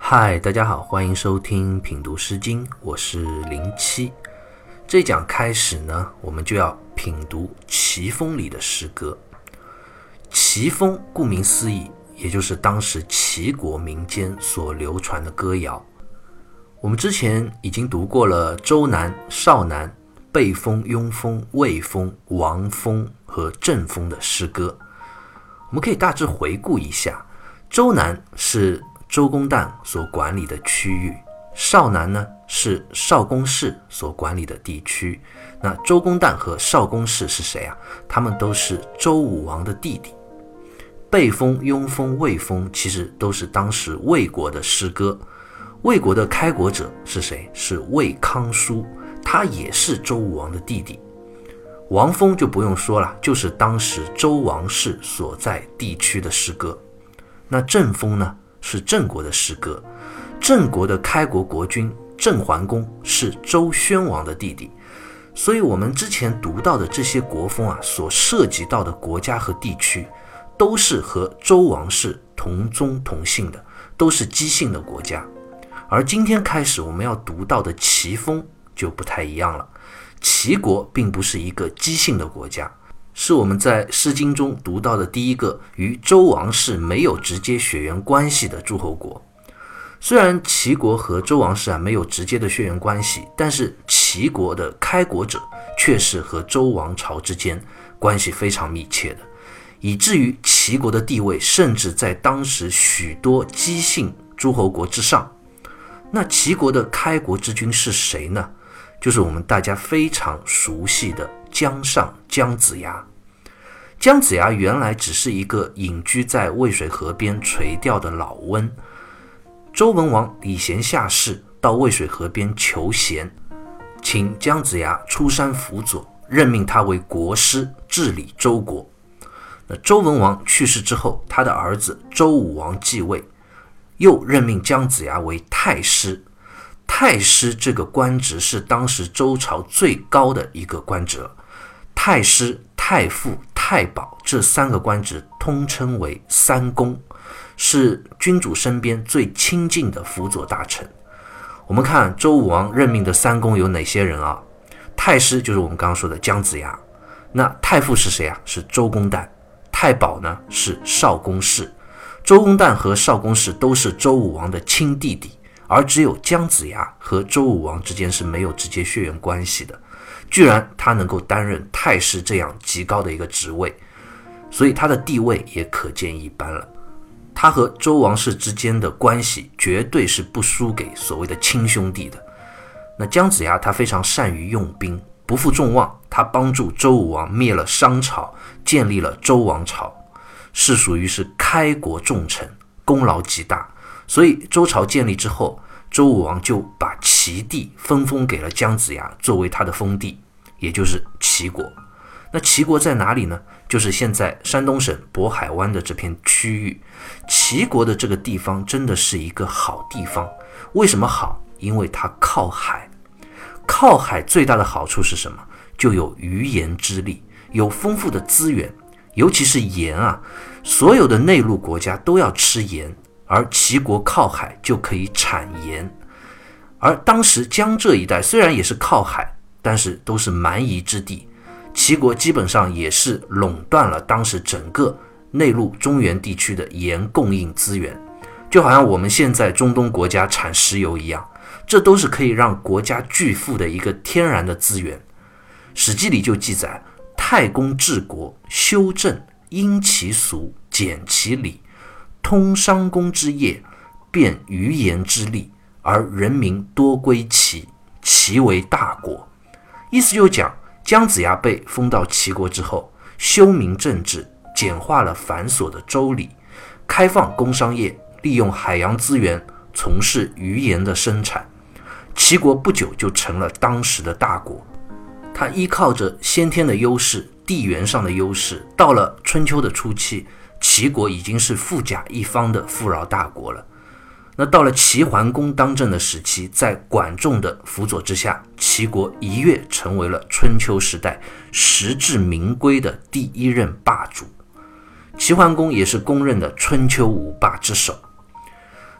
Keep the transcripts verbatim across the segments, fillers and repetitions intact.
嗨，大家好，欢迎收听品读诗经，我是零七。这一讲开始呢，我们就要品读齐风里的诗歌。齐风顾名思义，也就是当时齐国民间所流传的歌谣。我们之前已经读过了周南、邵南、背风、雍风、魏风、王风和郑风的诗歌。我们可以大致回顾一下，周南是周公旦所管理的区域，邵南呢是邵公氏所管理的地区。那周公旦和邵公氏是谁啊？他们都是周武王的弟弟。背风、雍风、魏风其实都是当时魏国的诗歌。魏国的开国者是谁？是魏康叔，他也是周武王的弟弟。王风就不用说了，就是当时周王室所在地区的诗歌。那郑风呢，是郑国的诗歌。郑国的开国国君郑桓公是周宣王的弟弟。所以我们之前读到的这些国风啊，所涉及到的国家和地区都是和周王室同宗同姓的，都是姬姓的国家。而今天开始我们要读到的齐风就不太一样了。齐国并不是一个姬姓的国家，是我们在诗经中读到的第一个与周王室没有直接血缘关系的诸侯国。虽然齐国和周王室啊没有直接的血缘关系，但是齐国的开国者却是和周王朝之间关系非常密切的，以至于齐国的地位甚至在当时许多姬姓诸侯国之上。那齐国的开国之君是谁呢？就是我们大家非常熟悉的姜尚姜子牙。姜子牙原来只是一个隐居在渭水河边垂钓的老温。周文王礼贤下士到渭水河边求贤，请姜子牙出山辅佐，任命他为国师，治理周国。那周文王去世之后，他的儿子周武王继位，又任命姜子牙为太师。太师这个官职是当时周朝最高的一个官职了。太师、太傅、太保这三个官职通称为三公，是君主身边最亲近的辅佐大臣。我们看周武王任命的三公有哪些人啊？太师就是我们刚刚说的姜子牙。那太傅是谁啊？是周公旦。太保呢是邵公氏。周公旦和邵公氏都是周武王的亲弟弟，而只有姜子牙和周武王之间是没有直接血缘关系的。居然他能够担任太师这样极高的一个职位，所以他的地位也可见一斑了。他和周王室之间的关系绝对是不输给所谓的亲兄弟的。那姜子牙他非常善于用兵，不负众望，他帮助周武王灭了商朝，建立了周王朝，是属于是开国重臣，功劳极大。所以周朝建立之后，周武王就把齐地分封给了姜子牙作为他的封地，也就是齐国。那齐国在哪里呢？就是现在山东省渤海湾的这片区域。齐国的这个地方真的是一个好地方。为什么好？因为它靠海。靠海最大的好处是什么？就有鱼盐之利，有丰富的资源，尤其是盐啊，所有的内陆国家都要吃盐，而齐国靠海就可以产盐。而当时江浙一带虽然也是靠海，但是都是蛮夷之地，齐国基本上也是垄断了当时整个内陆中原地区的盐供应资源，就好像我们现在中东国家产石油一样，这都是可以让国家巨富的一个天然的资源。史记里就记载，太公治国，修政，因其俗，简其礼，通商工之业，便鱼盐之利，而人民多归齐，齐为大国。意思就是讲，姜子牙被封到齐国之后，修明政治，简化了繁琐的周礼，开放工商业，利用海洋资源，从事鱼盐的生产。齐国不久就成了当时的大国。他依靠着先天的优势，地缘上的优势，到了春秋的初期，齐国已经是富甲一方的富饶大国了。那到了齐桓公当政的时期，在管仲的辅佐之下，齐国一跃成为了春秋时代实至名归的第一任霸主。齐桓公也是公认的春秋五霸之首。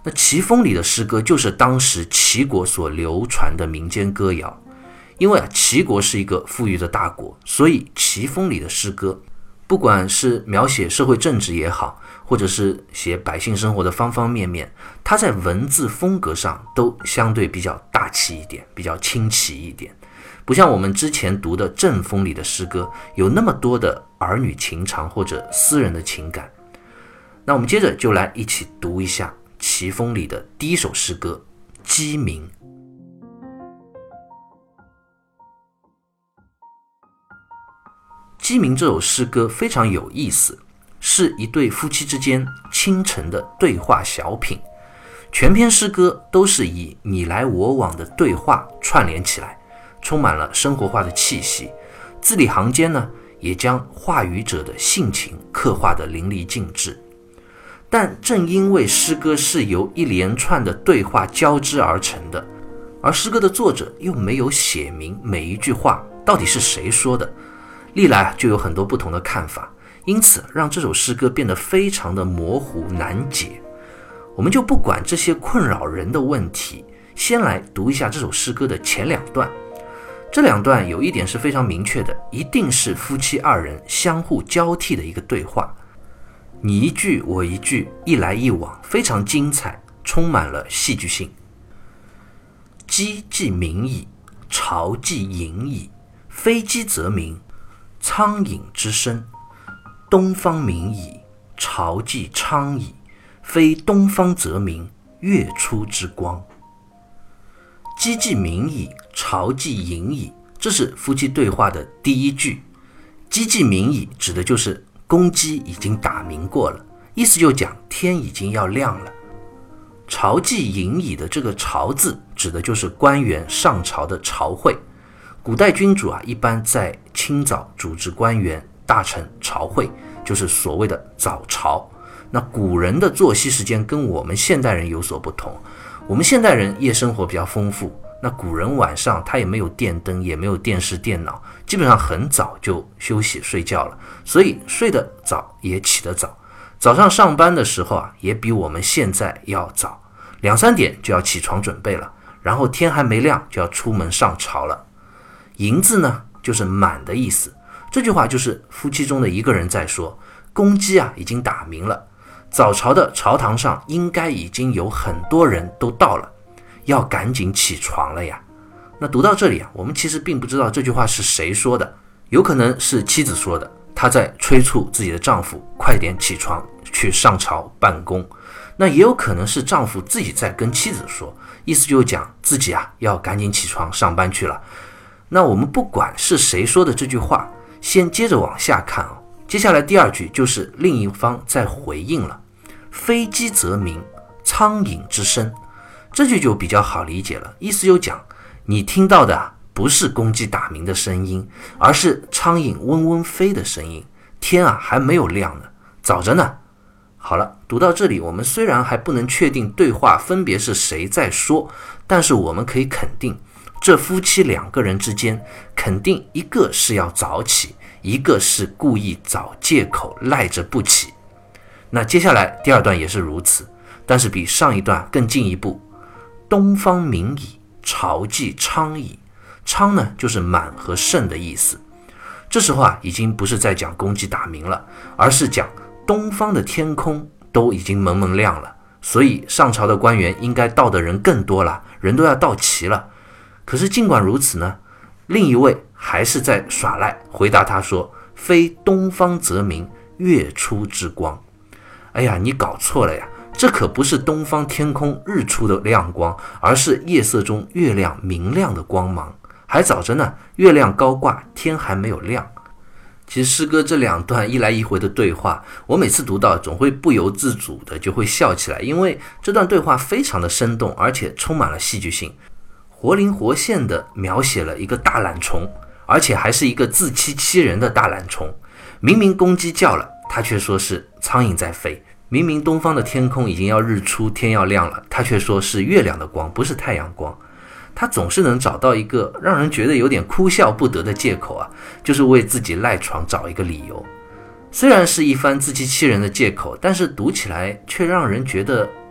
那齐风里的诗歌就是当时齐国所流传的民间歌谣。因为啊，齐国是一个富裕的大国，所以齐风里的诗歌，不管是描写社会政治也好，或者是写百姓生活的方方面面，它在文字风格上都相对比较大气一点，比较清奇一点，不像我们之前读的正风里的诗歌有那么多的儿女情长或者私人的情感。那我们接着就来一起读一下齐风里的第一首诗歌《鸡鸣》。《鸡鸣》这首诗歌非常有意思，是一对夫妻之间倾城的对话小品。全篇诗歌都是以你来我往的对话串联起来，充满了生活化的气息。字里行间呢，也将话语者的性情刻画得淋漓尽致。但正因为诗歌是由一连串的对话交织而成的，而诗歌的作者又没有写明每一句话到底是谁说的，历来就有很多不同的看法，因此让这首诗歌变得非常的模糊难解。我们就不管这些困扰人的问题，先来读一下这首诗歌的前两段。这两段有一点是非常明确的，一定是夫妻二人相互交替的一个对话，你一句我一句，一来一往，非常精彩，充满了戏剧性。鸡既鸣矣，巢既盈矣，非鸡则鸣，苍蝇之声。东方明矣，巢既昌矣，非东方则鸣，月出之光。鸡既鸣矣，巢既盈矣，这是夫妻对话的第一句。鸡既鸣矣指的就是公鸡已经打鸣过了，意思就讲天已经要亮了。巢既盈矣的这个巢字指的就是官员上朝的朝会。古代君主啊，一般在清早组织官员大臣朝会，就是所谓的早朝。那古人的作息时间跟我们现代人有所不同，我们现代人夜生活比较丰富，那古人晚上他也没有电灯，也没有电视电脑，基本上很早就休息睡觉了，所以睡得早也起得早，早上上班的时候啊，也比我们现在要早，两三点就要起床准备了，然后天还没亮就要出门上朝了。盈字呢，就是满的意思。这句话就是夫妻中的一个人在说，公鸡啊已经打鸣了，早朝的朝堂上应该已经有很多人都到了，要赶紧起床了呀。那读到这里啊，我们其实并不知道这句话是谁说的，有可能是妻子说的，她在催促自己的丈夫快点起床去上朝办公。那也有可能是丈夫自己在跟妻子说，意思就是讲自己啊要赶紧起床上班去了。那我们不管是谁说的这句话，先接着往下看啊。接下来第二句就是另一方在回应了，非鸡则鸣，苍蝇之声。这句就比较好理解了，意思就讲你听到的啊不是公鸡打鸣的声音，而是苍蝇嗡嗡飞的声音，天啊还没有亮呢，早着呢。好了，读到这里，我们虽然还不能确定对话分别是谁在说，但是我们可以肯定，这夫妻两个人之间肯定一个是要早起，一个是故意找借口赖着不起。那接下来第二段也是如此，但是比上一段更进一步。东方明矣，巢既昌矣。昌呢就是满和盛的意思。这时候啊，已经不是在讲公鸡打鸣了，而是讲东方的天空都已经蒙蒙亮了，所以上朝的官员应该到的人更多了，人都要到齐了。可是尽管如此呢，另一位还是在耍赖，回答他说，非东方则鸣，月出之光。哎呀，你搞错了呀，这可不是东方天空日出的亮光，而是夜色中月亮明亮的光芒。还早着呢，月亮高挂，天还没有亮。其实诗歌这两段一来一回的对话，我每次读到总会不由自主的就会笑起来，因为这段对话非常的生动，而且充满了戏剧性，活灵活现的描写了一个大懒虫，而且还是一个自欺欺人的大懒虫。明明公鸡叫了，他却说是苍蝇在飞；明明东方的天空已经要日出，天要亮了，他却说是月亮的光，不是太阳光。他总是能找到一个让人觉得有点哭笑不得的借口啊，就是为自己赖床找一个理由。虽然是一番自欺欺人的借口，但是读起来却让人觉得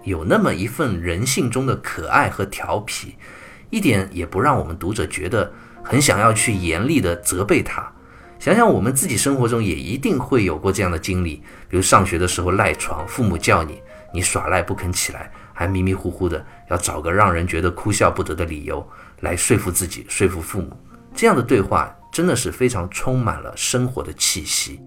有那么一份人性中的可爱和调皮，一点也不让我们读者觉得很想要去严厉地责备他。想想我们自己生活中也一定会有过这样的经历，比如上学的时候赖床，父母叫你，你耍赖不肯起来，还迷迷糊糊的要找个让人觉得哭笑不得的理由来说服自己，说服父母。这样的对话真的是非常充满了生活的气息。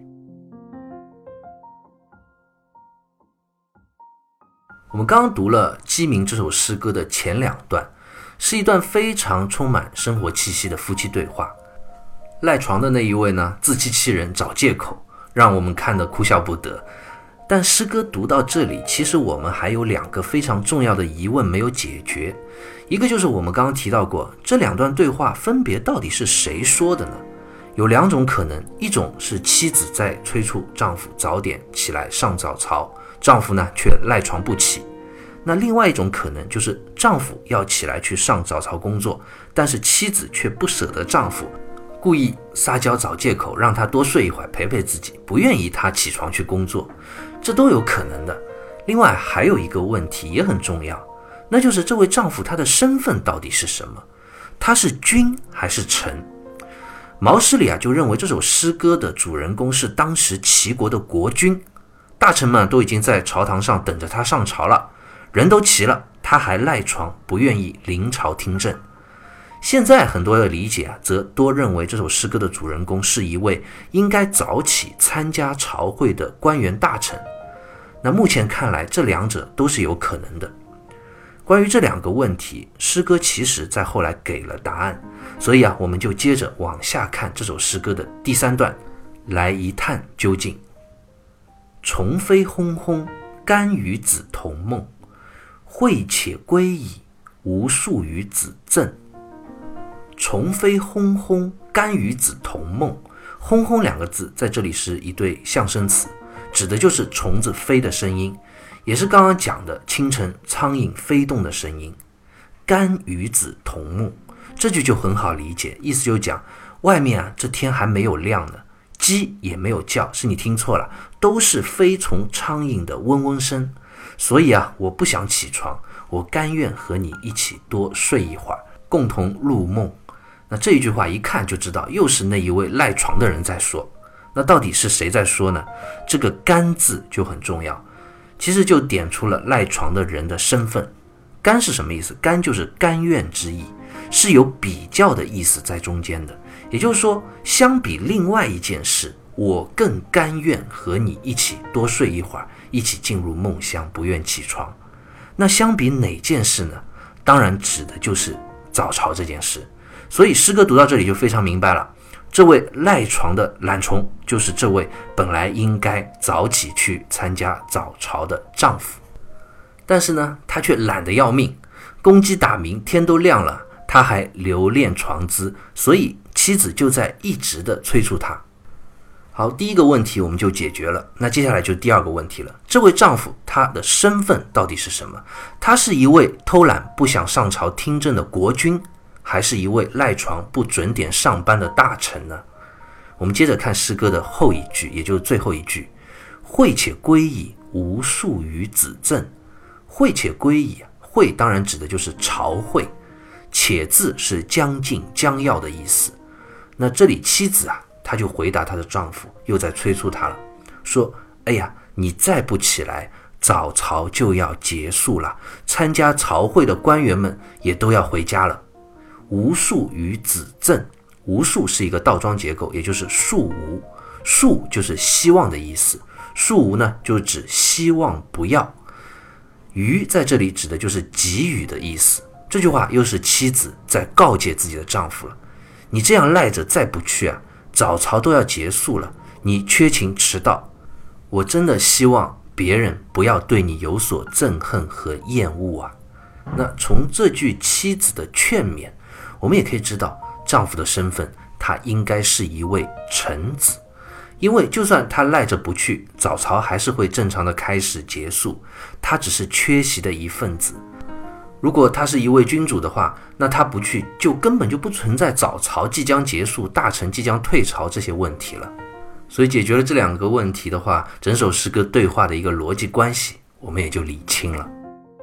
我们刚刚读了《鸡鸣》这首诗歌的前两段，是一段非常充满生活气息的夫妻对话。赖床的那一位呢，自欺欺人，找借口，让我们看得哭笑不得。但诗歌读到这里，其实我们还有两个非常重要的疑问没有解决。一个就是我们刚刚提到过，这两段对话分别到底是谁说的呢？有两种可能，一种是妻子在催促丈夫早点起来上早朝，丈夫呢却赖床不起。那另外一种可能就是丈夫要起来去上早朝工作，但是妻子却不舍得丈夫，故意撒娇找借口让他多睡一会儿陪陪自己，不愿意他起床去工作，这都有可能的。另外还有一个问题也很重要，那就是这位丈夫他的身份到底是什么？他是君还是臣？毛诗里啊就认为这首诗歌的主人公是当时齐国的国君，大臣们都已经在朝堂上等着他上朝了，人都齐了，他还赖床，不愿意临朝听政。现在很多的理解啊，则多认为这首诗歌的主人公是一位应该早起参加朝会的官员大臣。那目前看来，这两者都是有可能的。关于这两个问题，诗歌其实在后来给了答案，所以啊，我们就接着往下看这首诗歌的第三段，来一探究竟。虫飞轰轰，甘与子同梦，惠且归矣，无数于子赠。虫飞轰轰，甘与子同梦。轰轰两个字在这里是一对象声词，指的就是虫子飞的声音，也是刚刚讲的清晨苍蝇飞动的声音。甘与子同沐，这句就很好理解，意思就讲外面啊这天还没有亮呢，鸡也没有叫，是你听错了，都是飞虫苍蝇的嗡嗡声。所以啊我不想起床，我甘愿和你一起多睡一会儿，共同入梦。那这一句话一看就知道又是那一位赖床的人在说。那到底是谁在说呢？这个甘字就很重要，其实就点出了赖床的人的身份。甘是什么意思？甘就是甘愿之意，是有比较的意思在中间的。也就是说，相比另外一件事，我更甘愿和你一起多睡一会儿，一起进入梦乡，不愿起床。那相比哪件事呢？当然指的就是早朝这件事。所以诗歌读到这里就非常明白了，这位赖床的懒虫就是这位本来应该早起去参加早朝的丈夫。但是呢，他却懒得要命，公鸡打鸣，天都亮了，他还留恋床姿，所以妻子就在一直的催促他。好，第一个问题我们就解决了，那接下来就第二个问题了。这位丈夫他的身份到底是什么？他是一位偷懒不想上朝听政的国君，还是一位赖床不准点上班的大臣呢？我们接着看诗歌的后一句，也就是最后一句，惠且归矣，无数于子赠。惠且归矣，惠当然指的就是朝会，且字是将近将要的意思。那这里妻子啊，她就回答她的丈夫，又在催促他了，说哎呀，你再不起来，早朝就要结束了，参加朝会的官员们也都要回家了。无数于子赠，无数是一个倒装结构，也就是数无，数就是希望的意思，数无呢就指希望不要，于在这里指的就是给予的意思。这句话又是妻子在告诫自己的丈夫了，你这样赖着再不去啊，早朝都要结束了，你缺勤迟到，我真的希望别人不要对你有所憎恨和厌恶啊。那从这句妻子的劝勉，我们也可以知道丈夫的身份，他应该是一位臣子，因为就算他赖着不去，早朝还是会正常的开始结束，他只是缺席的一份子。如果他是一位君主的话，那他不去就根本就不存在早朝即将结束，大臣即将退朝这些问题了。所以解决了这两个问题的话，整首诗歌对话的一个逻辑关系我们也就理清了。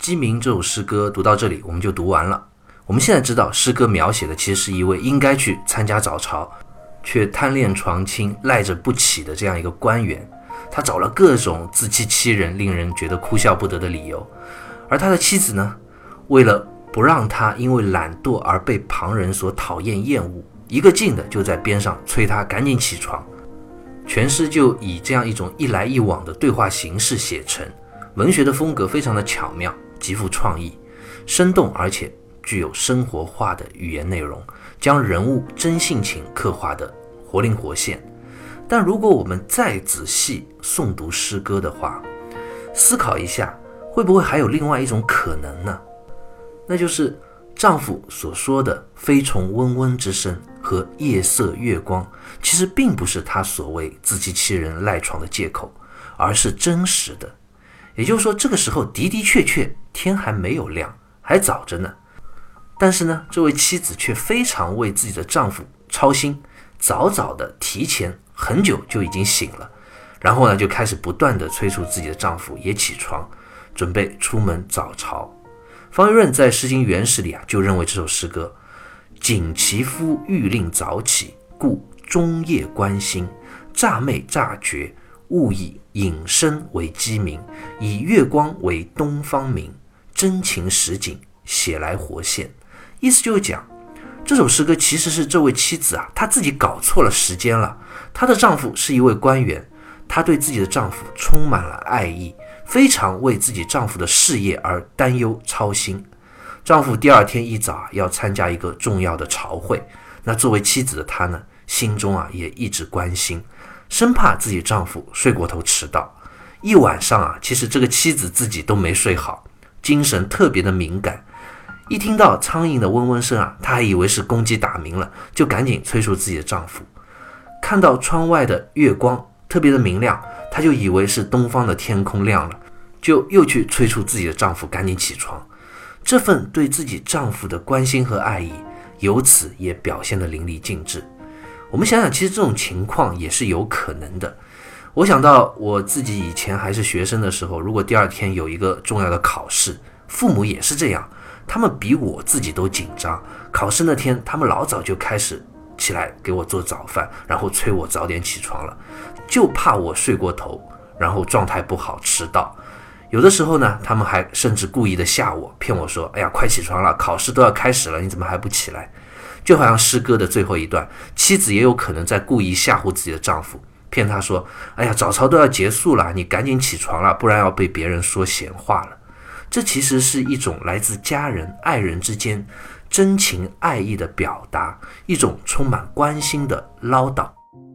鸡鸣这首诗歌读到这里我们就读完了。我们现在知道诗歌描写的其实是一位应该去参加早朝却贪恋床亲赖着不起的这样一个官员，他找了各种自欺欺人令人觉得哭笑不得的理由，而他的妻子呢，为了不让他因为懒惰而被旁人所讨厌厌恶，一个劲的就在边上催他赶紧起床。全诗就以这样一种一来一往的对话形式写成，文学的风格非常的巧妙，极富创意，生动而且具有生活化的语言内容，将人物真性情刻画的活灵活现。但如果我们再仔细诵读诗歌的话，思考一下，会不会还有另外一种可能呢？那就是丈夫所说的飞虫嗡嗡之声和夜色月光，其实并不是他所谓自欺欺人赖床的借口，而是真实的。也就是说，这个时候的的确确天还没有亮，还早着呢。但是呢，这位妻子却非常为自己的丈夫操心，早早的提前很久就已经醒了，然后呢就开始不断的催促自己的丈夫也起床，准备出门早朝。方玉润在《诗经原始》里啊，就认为这首诗歌谨其夫欲令早起，故终夜观星，乍寐乍觉，误以引申为鸡鸣，以月光为东方明，真情实景，写来活现。意思就是讲，这首诗歌其实是这位妻子啊，她自己搞错了时间了。她的丈夫是一位官员，她对自己的丈夫充满了爱意，非常为自己丈夫的事业而担忧操心。丈夫第二天一早啊，要参加一个重要的朝会，那作为妻子的她呢，心中啊也一直关心，生怕自己丈夫睡过头迟到。一晚上啊，其实这个妻子自己都没睡好，精神特别的敏感。一听到苍蝇的嗡嗡声啊，她还以为是公鸡打鸣了，就赶紧催促自己的丈夫。看到窗外的月光特别的明亮，她就以为是东方的天空亮了，就又去催促自己的丈夫赶紧起床。这份对自己丈夫的关心和爱意，由此也表现得淋漓尽致。我们想想，其实这种情况也是有可能的。我想到我自己以前还是学生的时候，如果第二天有一个重要的考试，父母也是这样，他们比我自己都紧张。考试那天，他们老早就开始起来给我做早饭，然后催我早点起床了，就怕我睡过头，然后状态不好迟到。有的时候呢，他们还甚至故意的吓我，骗我说，哎呀，快起床了，考试都要开始了，你怎么还不起来？就好像诗歌的最后一段，妻子也有可能在故意吓唬自己的丈夫，骗他说，哎呀，早朝都要结束了，你赶紧起床了，不然要被别人说闲话了。这其实是一种来自家人爱人之间真情爱意的表达，一种充满关心的唠叨。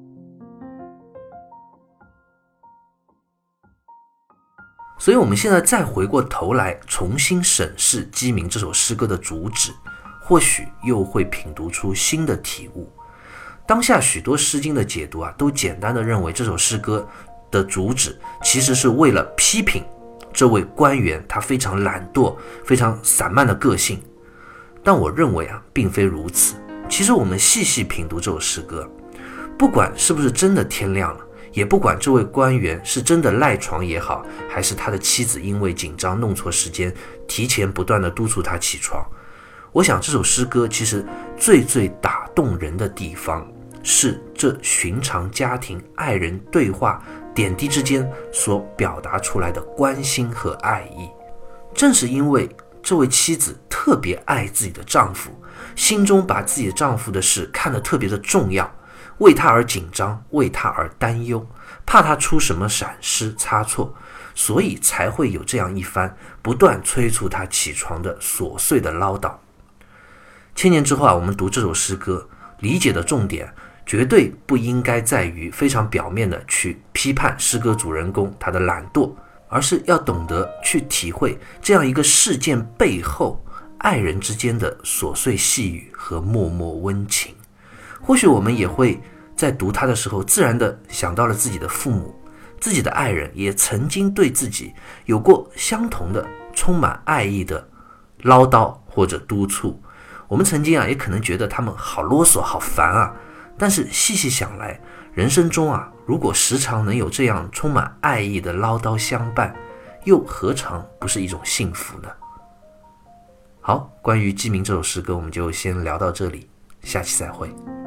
所以我们现在再回过头来重新审视《鸡鸣》这首诗歌的主旨，或许又会品读出新的体悟。当下许多诗经的解读啊，都简单的认为这首诗歌的主旨其实是为了批评这位官员他非常懒惰、非常散漫的个性。但我认为啊，并非如此。其实我们细细品读这首诗歌，不管是不是真的天亮了，也不管这位官员是真的赖床也好，还是他的妻子因为紧张弄错时间，提前不断的督促他起床，我想这首诗歌其实最最打动人的地方，是这寻常家庭爱人对话点滴之间所表达出来的关心和爱意。正是因为这位妻子特别爱自己的丈夫，心中把自己的丈夫的事看得特别的重要，为他而紧张，为他而担忧，怕他出什么闪失差错，所以才会有这样一番不断催促他起床的琐碎的唠叨。千年之后啊，我们读这首诗歌，理解的重点绝对不应该在于非常表面的去批判诗歌主人公他的懒惰，而是要懂得去体会这样一个事件背后爱人之间的琐碎细语和默默温情。或许我们也会在读它的时候自然地想到了自己的父母，自己的爱人也曾经对自己有过相同的充满爱意的唠叨或者督促。我们曾经啊也可能觉得他们好啰嗦好烦啊，但是细细想来，人生中啊如果时常能有这样充满爱意的唠叨相伴， 又何尝不是一种幸福呢？好，关于鸡鸣这首诗歌，我们就先聊到这里，下期再会。